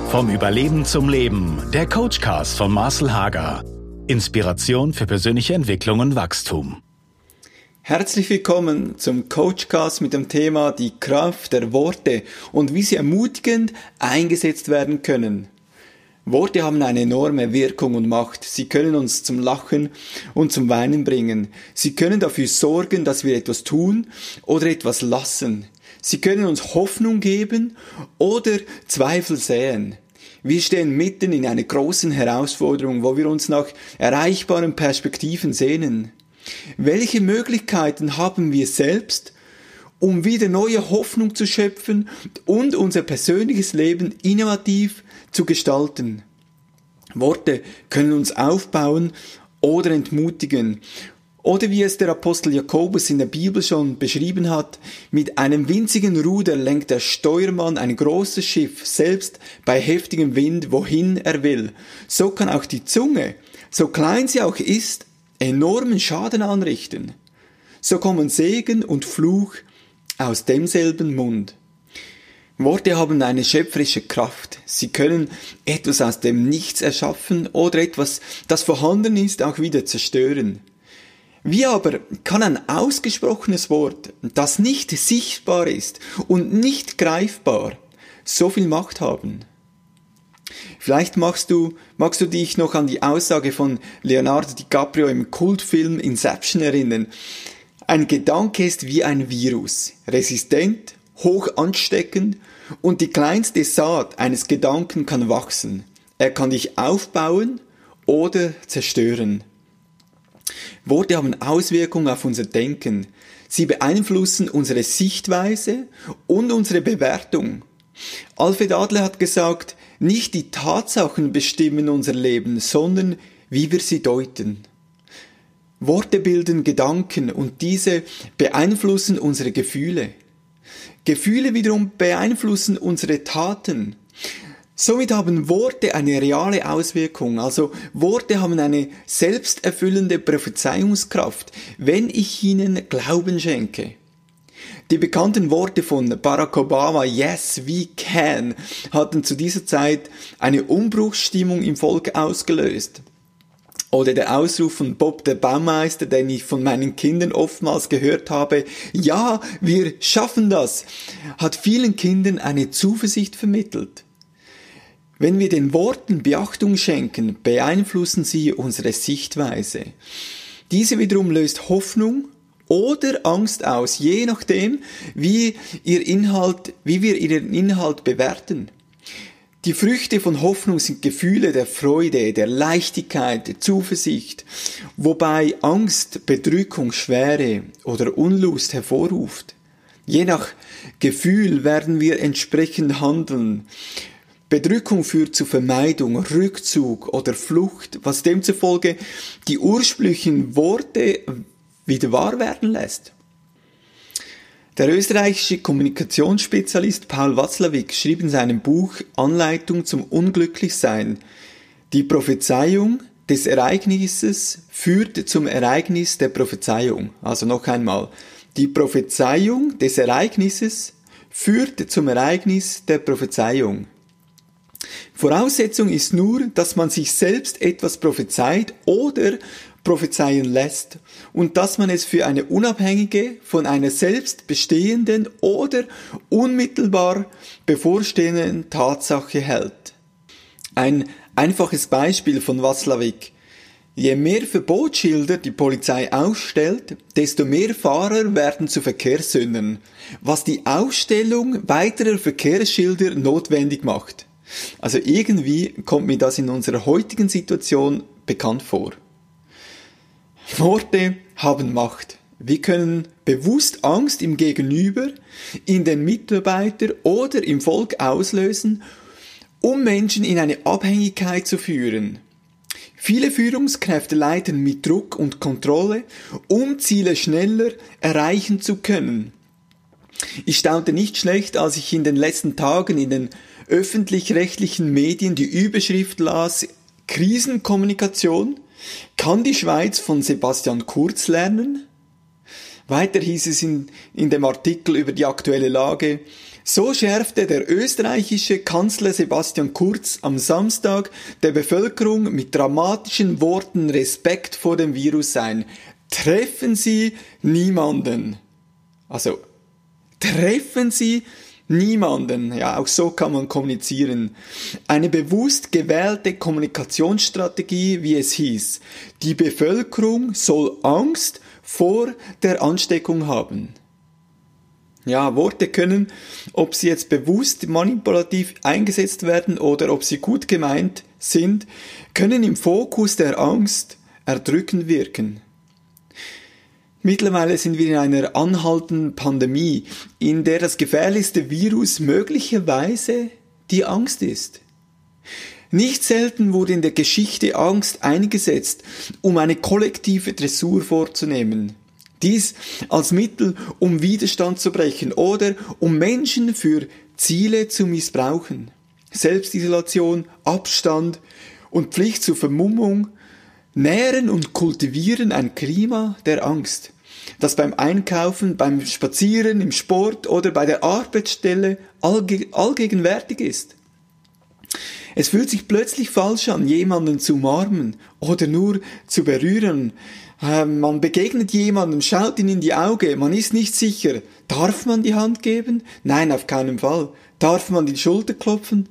Vom Überleben zum Leben, der Coachcast von Marcel Hager. Inspiration für persönliche Entwicklung und Wachstum. Herzlich willkommen zum Coachcast mit dem Thema die Kraft der Worte und wie sie ermutigend eingesetzt werden können. Worte haben eine enorme Wirkung und Macht. Sie können uns zum Lachen und zum Weinen bringen. Sie können dafür sorgen, dass wir etwas tun oder etwas lassen. Sie können uns Hoffnung geben oder Zweifel säen. Wir stehen mitten in einer großen Herausforderung, wo wir uns nach erreichbaren Perspektiven sehnen. Welche Möglichkeiten haben wir selbst, um wieder neue Hoffnung zu schöpfen und unser persönliches Leben innovativ zu gestalten? Worte können uns aufbauen oder entmutigen. Oder wie es der Apostel Jakobus in der Bibel schon beschrieben hat, mit einem winzigen Ruder lenkt der Steuermann ein großes Schiff, selbst bei heftigem Wind, wohin er will. So kann auch die Zunge, so klein sie auch ist, enormen Schaden anrichten. So kommen Segen und Fluch aus demselben Mund. Worte haben eine schöpferische Kraft. Sie können etwas aus dem Nichts erschaffen oder etwas, das vorhanden ist, auch wieder zerstören. Wie aber kann ein ausgesprochenes Wort, das nicht sichtbar ist und nicht greifbar, so viel Macht haben? Vielleicht magst du dich noch an die Aussage von Leonardo DiCaprio im Kultfilm Inception erinnern. Ein Gedanke ist wie ein Virus, resistent, hoch ansteckend und die kleinste Saat eines Gedanken kann wachsen. Er kann dich aufbauen oder zerstören. Worte haben Auswirkungen auf unser Denken. Sie beeinflussen unsere Sichtweise und unsere Bewertung. Alfred Adler hat gesagt, nicht die Tatsachen bestimmen unser Leben, sondern wie wir sie deuten. Worte bilden Gedanken und diese beeinflussen unsere Gefühle. Gefühle wiederum beeinflussen unsere Taten. Somit haben Worte eine reale Auswirkung, also Worte haben eine selbsterfüllende Prophezeiungskraft, wenn ich ihnen Glauben schenke. Die bekannten Worte von Barack Obama, Yes, we can, hatten zu dieser Zeit eine Umbruchsstimmung im Volk ausgelöst. Oder der Ausruf von Bob der Baumeister, den ich von meinen Kindern oftmals gehört habe, ja, wir schaffen das, hat vielen Kindern eine Zuversicht vermittelt. Wenn wir den Worten Beachtung schenken, beeinflussen sie unsere Sichtweise. Diese wiederum löst Hoffnung oder Angst aus, je nachdem, wie wir ihren Inhalt bewerten. Die Früchte von Hoffnung sind Gefühle der Freude, der Leichtigkeit, der Zuversicht, wobei Angst, Bedrückung, Schwere oder Unlust hervorruft. Je nach Gefühl werden wir entsprechend handeln. Bedrückung führt zu Vermeidung, Rückzug oder Flucht, was demzufolge die ursprünglichen Worte wieder wahr werden lässt. Der österreichische Kommunikationsspezialist Paul Watzlawick schrieb in seinem Buch Anleitung zum Unglücklichsein: Die Prophezeiung des Ereignisses führt zum Ereignis der Prophezeiung. Also noch einmal, die Prophezeiung des Ereignisses führt zum Ereignis der Prophezeiung. Voraussetzung ist nur, dass man sich selbst etwas prophezeit oder prophezeien lässt und dass man es für eine unabhängige, von einer selbst bestehenden oder unmittelbar bevorstehenden Tatsache hält. Ein einfaches Beispiel von Watzlawick: Je mehr Verbotsschilder die Polizei aufstellt, desto mehr Fahrer werden zu Verkehrssündern, was die Aufstellung weiterer Verkehrsschilder notwendig macht. Also irgendwie kommt mir das in unserer heutigen Situation bekannt vor. Worte haben Macht. Wir können bewusst Angst im Gegenüber, in den Mitarbeitern oder im Volk auslösen, um Menschen in eine Abhängigkeit zu führen. Viele Führungskräfte leiten mit Druck und Kontrolle, um Ziele schneller erreichen zu können. Ich staunte nicht schlecht, als ich in den letzten Tagen in den öffentlich-rechtlichen Medien die Überschrift las: Krisenkommunikation, kann die Schweiz von Sebastian Kurz lernen? Weiter hieß es in dem Artikel über die aktuelle Lage: So schärfte der österreichische Kanzler Sebastian Kurz am Samstag der Bevölkerung mit dramatischen Worten Respekt vor dem Virus ein. Treffen Sie niemanden. Also, treffen Sie niemanden. Ja, auch so kann man kommunizieren. Eine bewusst gewählte Kommunikationsstrategie, wie es hieß. Die Bevölkerung soll Angst vor der Ansteckung haben. Ja, Worte können, ob sie jetzt bewusst manipulativ eingesetzt werden oder ob sie gut gemeint sind, können im Fokus der Angst erdrückend wirken. Mittlerweile sind wir in einer anhaltenden Pandemie, in der das gefährlichste Virus möglicherweise die Angst ist. Nicht selten wurde in der Geschichte Angst eingesetzt, um eine kollektive Dressur vorzunehmen. Dies als Mittel, um Widerstand zu brechen oder um Menschen für Ziele zu missbrauchen. Selbstisolation, Abstand und Pflicht zur Vermummung nähren und kultivieren ein Klima der Angst, das beim Einkaufen, beim Spazieren, im Sport oder bei der Arbeitsstelle allgegenwärtig ist. Es fühlt sich plötzlich falsch an, jemanden zu umarmen oder nur zu berühren. Man begegnet jemandem, schaut ihn in die Augen, man ist nicht sicher. Darf man die Hand geben? Nein, auf keinen Fall. Darf man die Schulter klopfen?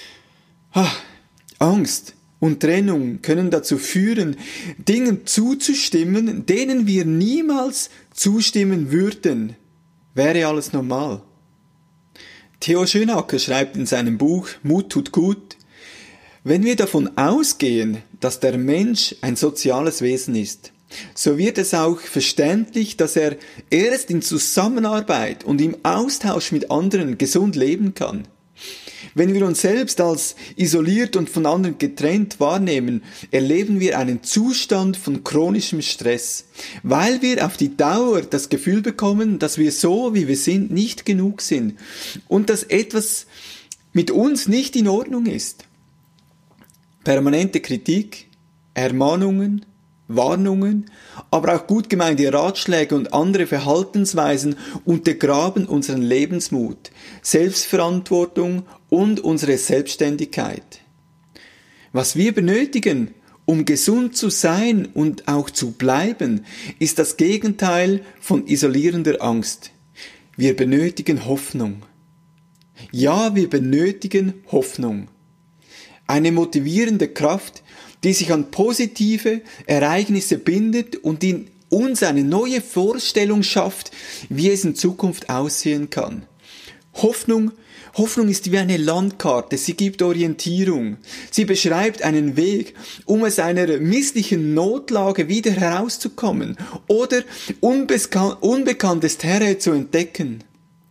Angst und Trennung können dazu führen, Dingen zuzustimmen, denen wir niemals zustimmen würden. Wäre alles normal. Theo Schönacker schreibt in seinem Buch Mut tut gut: Wenn wir davon ausgehen, dass der Mensch ein soziales Wesen ist, so wird es auch verständlich, dass er erst in Zusammenarbeit und im Austausch mit anderen gesund leben kann. Wenn wir uns selbst als isoliert und von anderen getrennt wahrnehmen, erleben wir einen Zustand von chronischem Stress, weil wir auf die Dauer das Gefühl bekommen, dass wir so, wie wir sind, nicht genug sind und dass etwas mit uns nicht in Ordnung ist. Permanente Kritik, Ermahnungen, Warnungen, aber auch gut gemeinte Ratschläge und andere Verhaltensweisen untergraben unseren Lebensmut, Selbstverantwortung und unsere Selbstständigkeit. Was wir benötigen, um gesund zu sein und auch zu bleiben, ist das Gegenteil von isolierender Angst. Wir benötigen Hoffnung. Ja, wir benötigen Hoffnung. Eine motivierende Kraft, die sich an positive Ereignisse bindet und in uns eine neue Vorstellung schafft, wie es in Zukunft aussehen kann. Hoffnung ist wie eine Landkarte, sie gibt Orientierung. Sie beschreibt einen Weg, um aus einer misslichen Notlage wieder herauszukommen oder unbekanntes Terrain zu entdecken.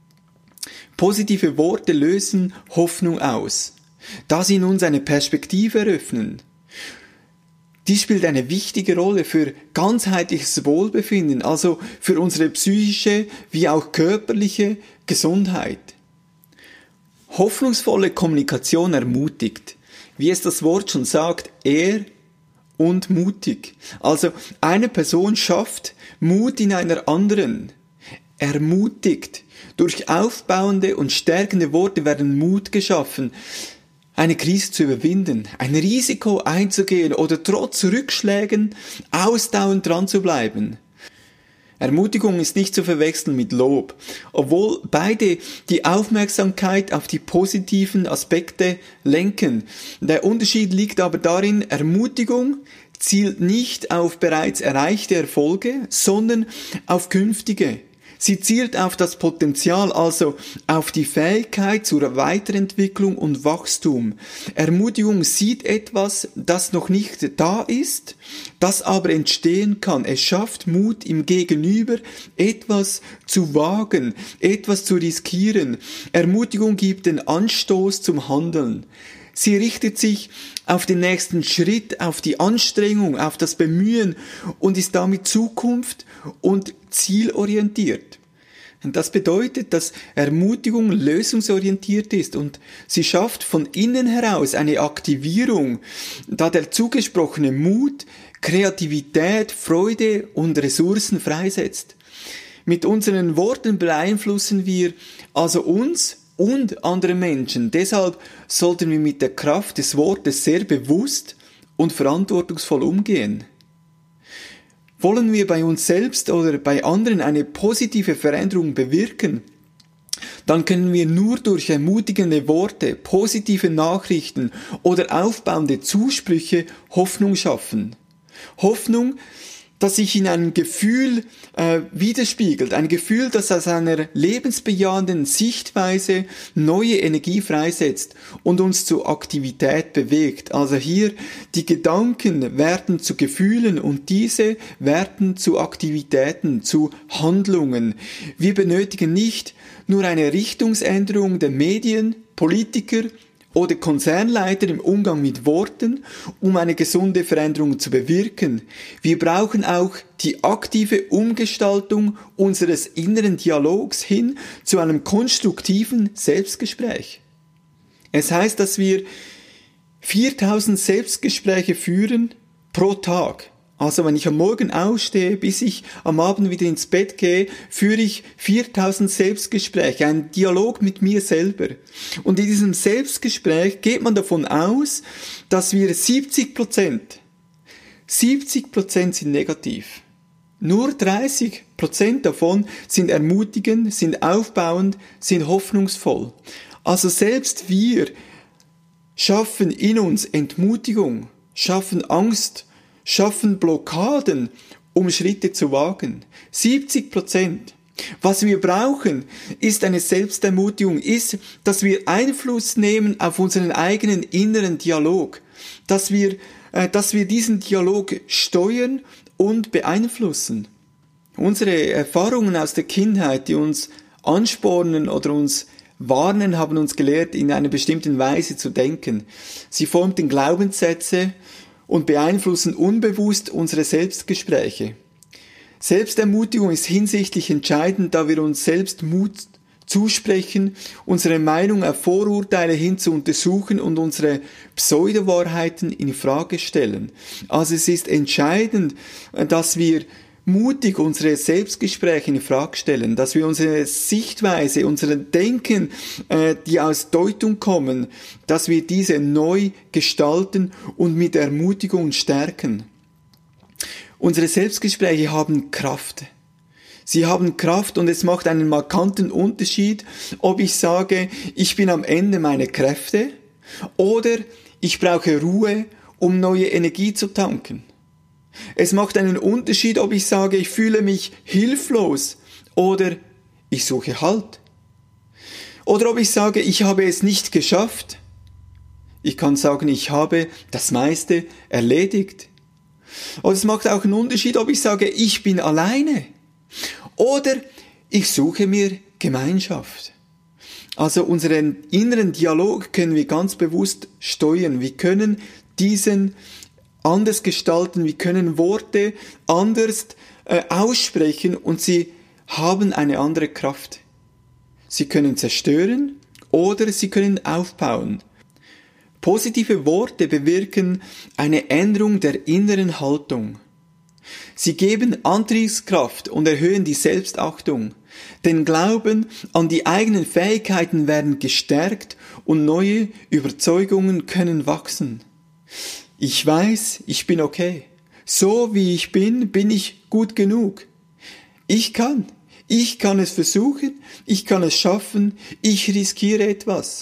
Positive Worte lösen Hoffnung aus, da sie in uns eine Perspektive eröffnen. Dies spielt eine wichtige Rolle für ganzheitliches Wohlbefinden, also für unsere psychische wie auch körperliche Gesundheit. Hoffnungsvolle Kommunikation ermutigt, wie es das Wort schon sagt, und mutig. Also eine Person schafft Mut in einer anderen, ermutigt. Durch aufbauende und stärkende Worte werden Mut geschaffen, eine Krise zu überwinden, ein Risiko einzugehen oder trotz Rückschlägen ausdauernd dran zu bleiben. Ermutigung ist nicht zu verwechseln mit Lob, obwohl beide die Aufmerksamkeit auf die positiven Aspekte lenken. Der Unterschied liegt aber darin, Ermutigung zielt nicht auf bereits erreichte Erfolge, sondern auf künftige. Sie zielt auf das Potenzial, also auf die Fähigkeit zur Weiterentwicklung und Wachstum. Ermutigung sieht etwas, das noch nicht da ist, das aber entstehen kann. Es schafft Mut im Gegenüber, etwas zu wagen, etwas zu riskieren. Ermutigung gibt den Anstoß zum Handeln. Sie richtet sich auf den nächsten Schritt, auf die Anstrengung, auf das Bemühen und ist damit Zukunft und zielorientiert. Und das bedeutet, dass Ermutigung lösungsorientiert ist und sie schafft von innen heraus eine Aktivierung, da der zugesprochene Mut Kreativität, Freude und Ressourcen freisetzt. Mit unseren Worten beeinflussen wir also uns und andere Menschen. Deshalb sollten wir mit der Kraft des Wortes sehr bewusst und verantwortungsvoll umgehen. Wollen wir bei uns selbst oder bei anderen eine positive Veränderung bewirken, dann können wir nur durch ermutigende Worte, positive Nachrichten oder aufbauende Zusprüche Hoffnung schaffen. Hoffnung, das sich in einem Gefühl widerspiegelt. Ein Gefühl, das aus einer lebensbejahenden Sichtweise neue Energie freisetzt und uns zur Aktivität bewegt. Also hier, die Gedanken werden zu Gefühlen und diese werden zu Aktivitäten, zu Handlungen. Wir benötigen nicht nur eine Richtungsänderung der Medien, Politiker oder Konzernleiter im Umgang mit Worten, um eine gesunde Veränderung zu bewirken. Wir brauchen auch die aktive Umgestaltung unseres inneren Dialogs hin zu einem konstruktiven Selbstgespräch. Es heißt, dass wir 4000 Selbstgespräche führen pro Tag. Also wenn ich am Morgen ausstehe, bis ich am Abend wieder ins Bett gehe, führe ich 4000 Selbstgespräche, einen Dialog mit mir selber. Und in diesem Selbstgespräch geht man davon aus, dass wir 70% sind negativ. Nur 30% davon sind ermutigend, sind aufbauend, sind hoffnungsvoll. Also selbst wir schaffen in uns Entmutigung, schaffen Angst, schaffen Blockaden, um Schritte zu wagen. 70%. Was wir brauchen, ist eine Selbstermutigung, ist, dass wir Einfluss nehmen auf unseren eigenen inneren Dialog, dass wir diesen Dialog steuern und beeinflussen. Unsere Erfahrungen aus der Kindheit, die uns anspornen oder uns warnen, haben uns gelehrt, in einer bestimmten Weise zu denken. Sie formten Glaubenssätze und beeinflussen unbewusst unsere Selbstgespräche. Selbstermutigung ist hinsichtlich entscheidend, da wir uns selbst Mut zusprechen, unsere Meinung auf Vorurteile hin zu untersuchen und unsere Pseudowahrheiten in Frage stellen. Also es ist entscheidend, dass wir mutig unsere Selbstgespräche in Frage stellen, dass wir unsere Sichtweise, unser Denken, die aus Deutung kommen, dass wir diese neu gestalten und mit Ermutigung stärken. Unsere Selbstgespräche haben Kraft. Sie haben Kraft und es macht einen markanten Unterschied, ob ich sage, ich bin am Ende meiner Kräfte oder ich brauche Ruhe, um neue Energie zu tanken. Es macht einen Unterschied, ob ich sage, ich fühle mich hilflos oder ich suche Halt. Oder ob ich sage, ich habe es nicht geschafft. Ich kann sagen, ich habe das meiste erledigt. Oder es macht auch einen Unterschied, ob ich sage, ich bin alleine. Oder ich suche mir Gemeinschaft. Also unseren inneren Dialog können wir ganz bewusst steuern. Wir können diesen anders gestalten, wir können Worte anders aussprechen und sie haben eine andere Kraft. Sie können zerstören oder sie können aufbauen. Positive Worte bewirken eine Änderung der inneren Haltung. Sie geben Antriebskraft und erhöhen die Selbstachtung. Den Glauben an die eigenen Fähigkeiten werden gestärkt und neue Überzeugungen können wachsen. Ich weiß, ich bin okay. So wie ich bin, bin ich gut genug. Ich kann es versuchen, ich kann es schaffen, ich riskiere etwas.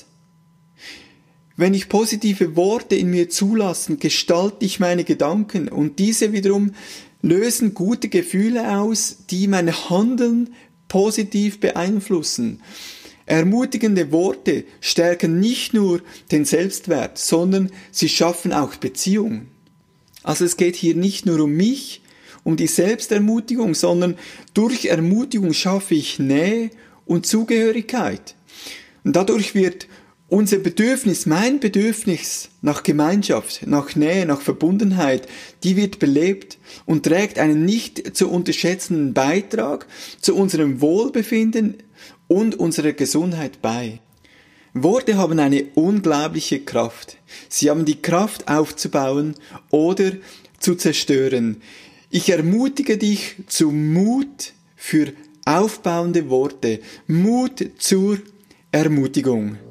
Wenn ich positive Worte in mir zulasse, gestalte ich meine Gedanken und diese wiederum lösen gute Gefühle aus, die mein Handeln positiv beeinflussen. Ermutigende Worte stärken nicht nur den Selbstwert, sondern sie schaffen auch Beziehungen. Also es geht hier nicht nur um mich, um die Selbstermutigung, sondern durch Ermutigung schaffe ich Nähe und Zugehörigkeit. Und dadurch wird unser Bedürfnis, mein Bedürfnis nach Gemeinschaft, nach Nähe, nach Verbundenheit, die wird belebt und trägt einen nicht zu unterschätzenden Beitrag zu unserem Wohlbefinden und unserer Gesundheit bei. Worte haben eine unglaubliche Kraft. Sie haben die Kraft aufzubauen oder zu zerstören. Ich ermutige dich zu Mut für aufbauende Worte. Mut zur Ermutigung.